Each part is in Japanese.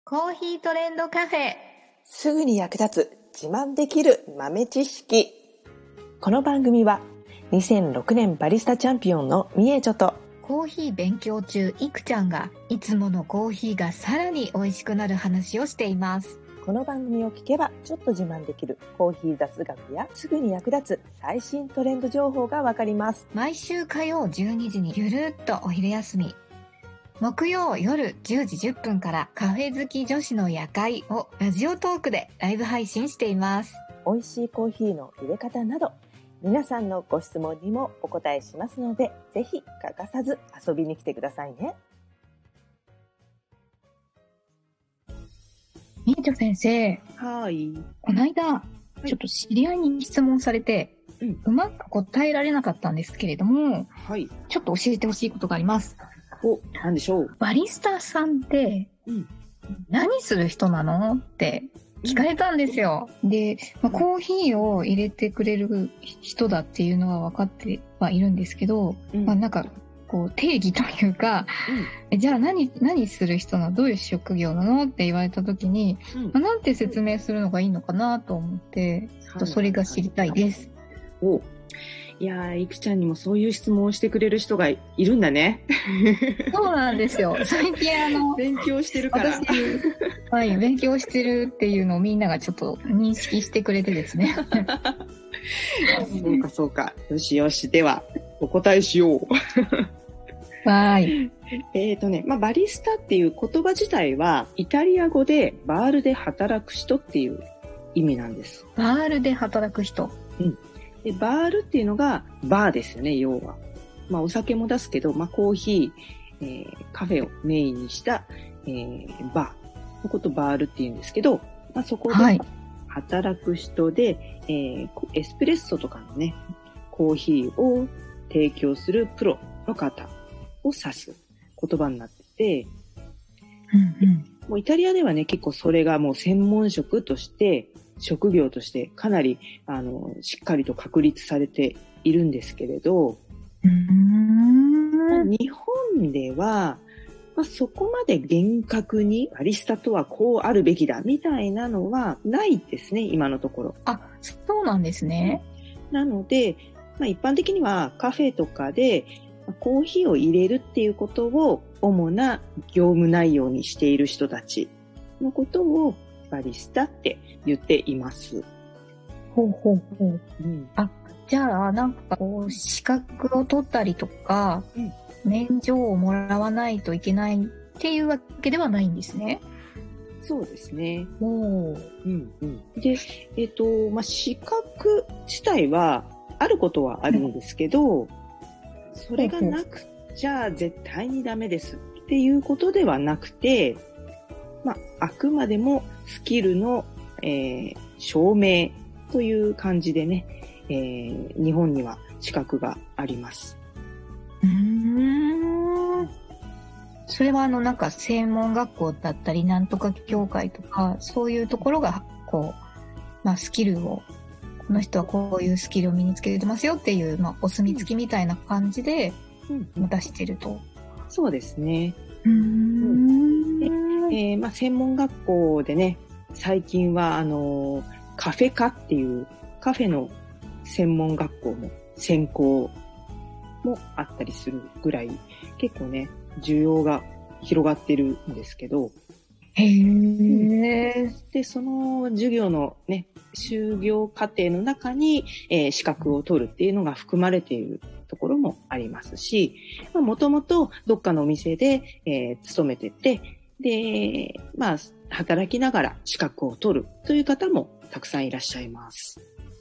コーヒートレンドカフェ。 すぐに役立つ自慢できる豆知識。この番組は2006年バリスタチャンピオンのみえちょとコーヒー勉強中いくちゃんがいつものコーヒーがさらに美味しくなる話をしています。 この番組を聞けばちょっと自慢できるコーヒー雑学やすぐに役立つ最新トレンド情報がわかります。 毎週火曜12時にゆるっとお昼休み、木曜夜10時10分からカフェ好き女子の夜会をラジオトークでライブ配信しています。 美味しいコーヒーの入れ方など皆さんのご質問にもお答えしますので、ぜひ欠かさず遊びに来てくださいね。 みえちょ先生、 はい。 この間、ちょっと知り合いに質問されて、うまく答えられなかったんですけれども、 はい。 ちょっと教えてほしいことがあります。 お、何でしょう。 バリスタさんって何する人なのって聞かれたんですよ。で、コーヒーを入れてくれる人だっていうのは分かってはいるんですけど、なんかこう定義というか、じゃあ何する人なの、どういう職業なのって言われた時に、なんて説明するのがいいのかなと思って、ちょっとそれが知りたいです。 お、いやー、いくちゃんにもそういう質問をしてくれる人がいるんだね。 そうなんですよ。最近勉強してるから。 私、勉強してるっていうのをみんながちょっと認識してくれてですね。 そうかそうか。よしよし。では、お答えしよう。 はい。 バリスタっていう言葉自体は、イタリア語でバールで働く人っていう意味なんです。 バールで働く人。 でバールっていうのがバーですよね、要は。お酒も出すけど、コーヒー、カフェをメインにした、バーのことバールって言うんですけど、そこで働く人で、エスプレッソとかのね、コーヒーを提供するプロの方を指す言葉になってて、もうイタリアではね、結構それがもう専門職として、職業としてかなりしっかりと確立されているんですけれど、日本では、そこまで厳格にバリスタとはこうあるべきだみたいなのはないですね、今のところ。 あ、そうなんですね。 なので、一般的にはカフェとかでコーヒーを入れるっていうことを主な業務内容にしている人たちのことをバリスタって言っています。 ほうほうほう。じゃあなんかこう資格を取ったりとか、免状をもらわないといけないっていうわけではないんですね。 そうですね。 で、 資格自体はあることはあるんですけど、それがなくちゃ絶対にダメですっていうことではなくて、あくまでもスキルの、証明という感じでね、日本には資格があります。 それはなんか専門学校だったりなんとか協会とかそういうところがこう、スキルを、この人はこういうスキルを身につけてますよっていう、お墨付きみたいな感じで出してると。 そうですね。専門学校でね、最近はカフェ科っていうカフェの専門学校も専攻もあったりするぐらい結構ね、需要が広がってるんですけど。で、その授業のね、修行課程の中に、資格を取るっていうのが含まれているところもありますし、もともとどっかのお店で、勤めてて、で、働きながら資格を取るという方もたくさんいらっしゃいます。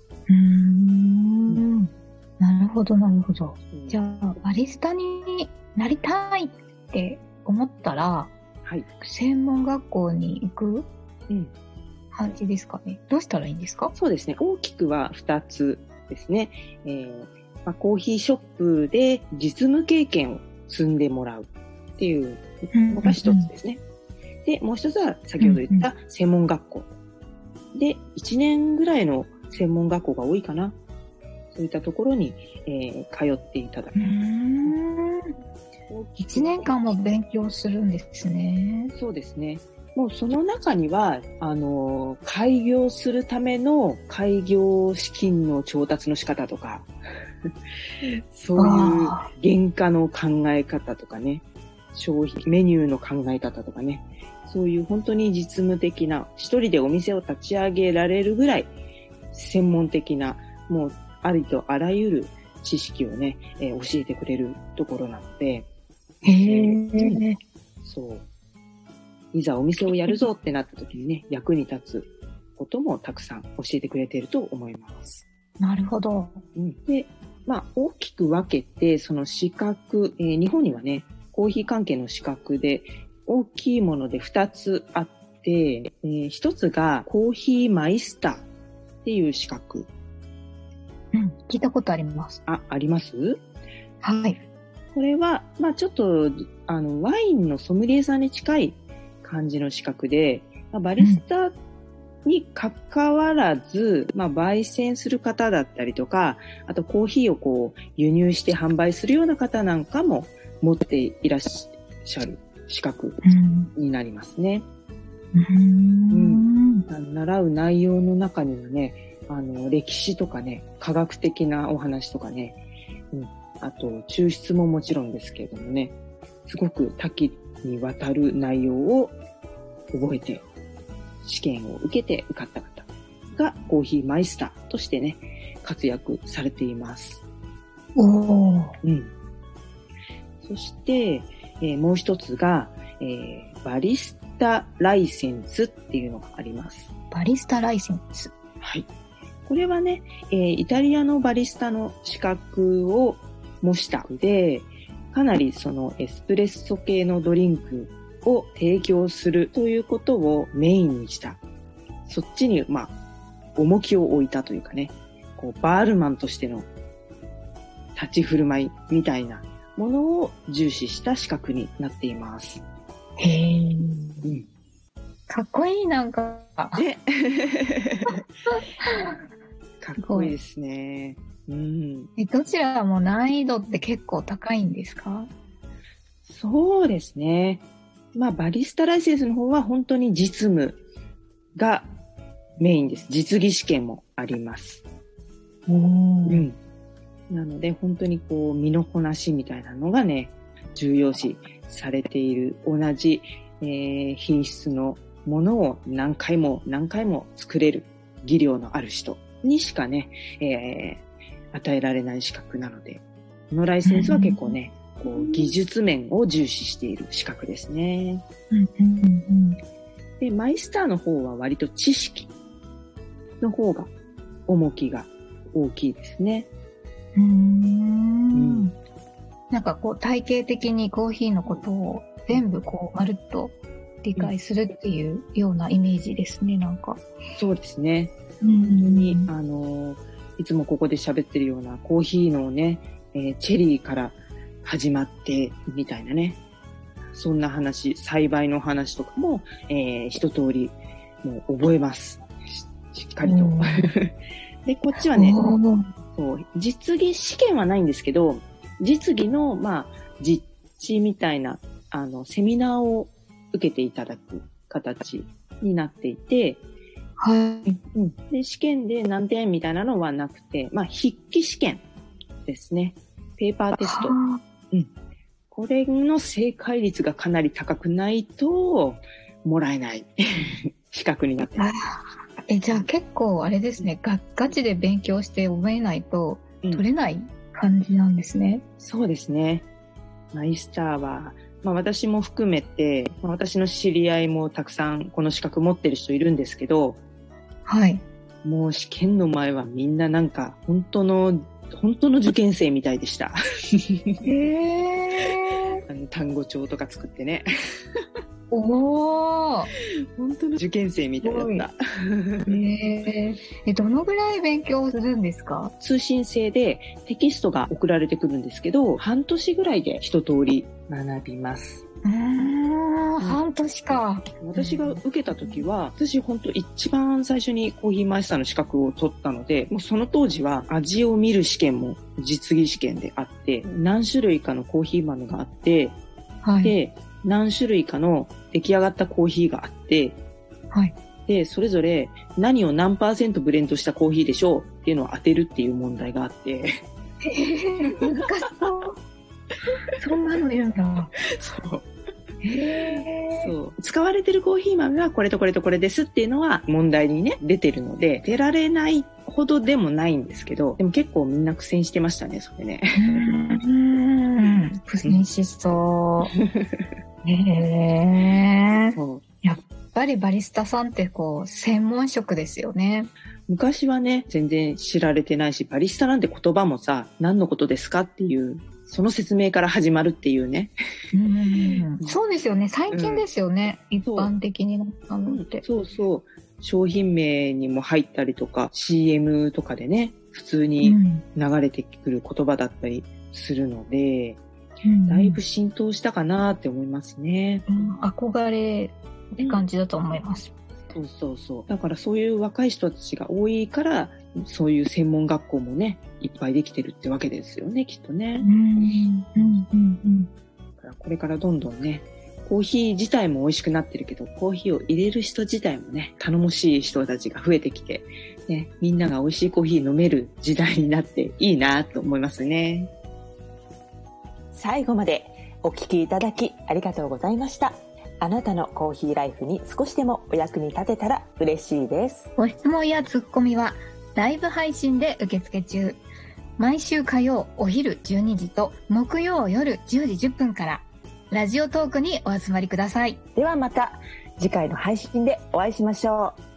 なるほど、なるほど。じゃあ、バリスタになりたいって思ったら、専門学校に行く感じですかね。どうしたらいいんですか？ そうですね。大きくは2つですね。コーヒーショップで実務経験を積んでもらうっていうのが一つですね。で、もう一つは先ほど言った専門学校。で、1年ぐらいの専門学校が多いかな。そういったところに、通っていただく。 1年間も勉強するんですね。 そうですね。 もうその中には、開業するための開業資金の調達の仕方とか、そういう原価の考え方とかね、消費、メニューの考え方とかね、そういう本当に実務的な、一人でお店を立ち上げられるぐらい専門的な、もうありとあらゆる知識をね、教えてくれるところなので、そう。いざお店をやるぞってなった時にね、役に立つこともたくさん教えてくれていると思います。 なるほど。 で、大きく分けて、その資格、日本にはね、コーヒー関係の資格で、大きいもので2つあって、1つがコーヒーマイスターっていう資格。 聞いたことあります。 あります？ はい。 これは、ちょっと、ワインのソムリエさんに近い感じの資格で、バリスタに関わらず、焙煎する方だったりとか、あとコーヒーを輸入して販売するような方なんかも持っていらっしゃる資格になりますね。習う内容の中にはね、歴史とかね、科学的なお話とかね、あと抽出ももちろんですけれどもね、すごく多岐にわたる内容を覚えて、試験を受けて受かった方がコーヒーマイスターとしてね、活躍されています。そして、もう一つが、バリスタライセンスっていうのがあります。 バリスタライセンス。 はい。これはね、イタリアのバリスタの資格を模したで、かなりそのエスプレッソ系のドリンクを提供するということをメインにした。そっちに、重きを置いたというかね、バールマンとしての立ち振る舞いみたいなものを重視した資格になっています。 かっこいい、なんか。 ね、かっこいいですね。 どちらも難易度って結構高いんですか？ そうですね。バリスタライセンスの方は本当に実務がメインです。実技試験もあります。なので本当に身のこなしみたいなのがね、重要視されている。同じ、品質のものを何回も何回も作れる技量のある人にしかね、与えられない資格なので、このライセンスは結構ね、技術面を重視している資格ですね。で、マイスターの方は割と知識の方が重きが大きいですね。 なんか体系的にコーヒーのことを全部まるっと理解するっていうようなイメージですね、なんか。 そうですね。本当に、いつもここで喋ってるようなコーヒーのね、チェリーから始まってみたいなね。そんな話、栽培の話とかも、一通りもう覚えます。しっかりと。で、こっちはね、そう、実技試験はないんですけど、実技の、実地みたいな、セミナーを受けていただく形になっていて、で、試験で何点みたいなのはなくて、筆記試験ですね。ペーパーテスト。これの正解率がかなり高くないと、もらえない資格になってます。 じゃあ結構あれですね、ガチで勉強して覚えないと取れない感じなんですね。 そうですね。マイスターは、私も含めて、私の知り合いもたくさんこの資格持ってる人いるんですけど、もう試験の前はみんななんか本当の受験生みたいでした。単語帳とか作ってね。本当の受験生みたいだった。 どのぐらい勉強するんですか？ 通信制でテキストが送られてくるんですけど、半年ぐらいで一通り学びます。 半年か。 私が受けた時は、私本当一番最初にコーヒーマイスターの資格を取ったので、もうその当時は味を見る試験も実技試験であって、何種類かのコーヒー豆があって、で、 何種類かの出来上がったコーヒーがあって、 はい。 で、それぞれ何を何%ブレンドしたコーヒーでしょうっていうのを当てるっていう問題があって。 難しそう。そんなのいるんだ。 そう。そう。使われてるコーヒー豆はこれとこれとこれですっていうのは問題にね、出てるので、出られないほどでもないんですけど、でも結構みんな苦戦してましたね、それね。 苦戦しそう。へー。そう。やっぱりバリスタさんって専門職ですよね。 昔はね、全然知られてないし、バリスタなんて言葉もさ、何のことですかっていう、その説明から始まるっていうね。 そうですよね。最近ですよね。一般的になったのって。 そうそう。商品名にも入ったりとか、CM とかでね、普通に流れてくる言葉だったりするので、だいぶ浸透したかなって思いますね。 憧れって感じだと思います。 そう。だからそういう若い人たちが多いから、そういう専門学校もね、いっぱいできてるってわけですよね、きっとね。だからこれからどんどんね、コーヒー自体も美味しくなってるけど、コーヒーを入れる人自体もね、頼もしい人たちが増えてきて、ね、みんなが美味しいコーヒー飲める時代になっていいなと思いますね。 最後までお聞きいただきありがとうございました。あなたのコーヒーライフに少しでもお役に立てたら嬉しいです。 ご質問やツッコミはライブ配信で受付中。毎週火曜お昼12時と木曜夜10時10分からラジオトークにお集まりください。 ではまた次回の配信でお会いしましょう。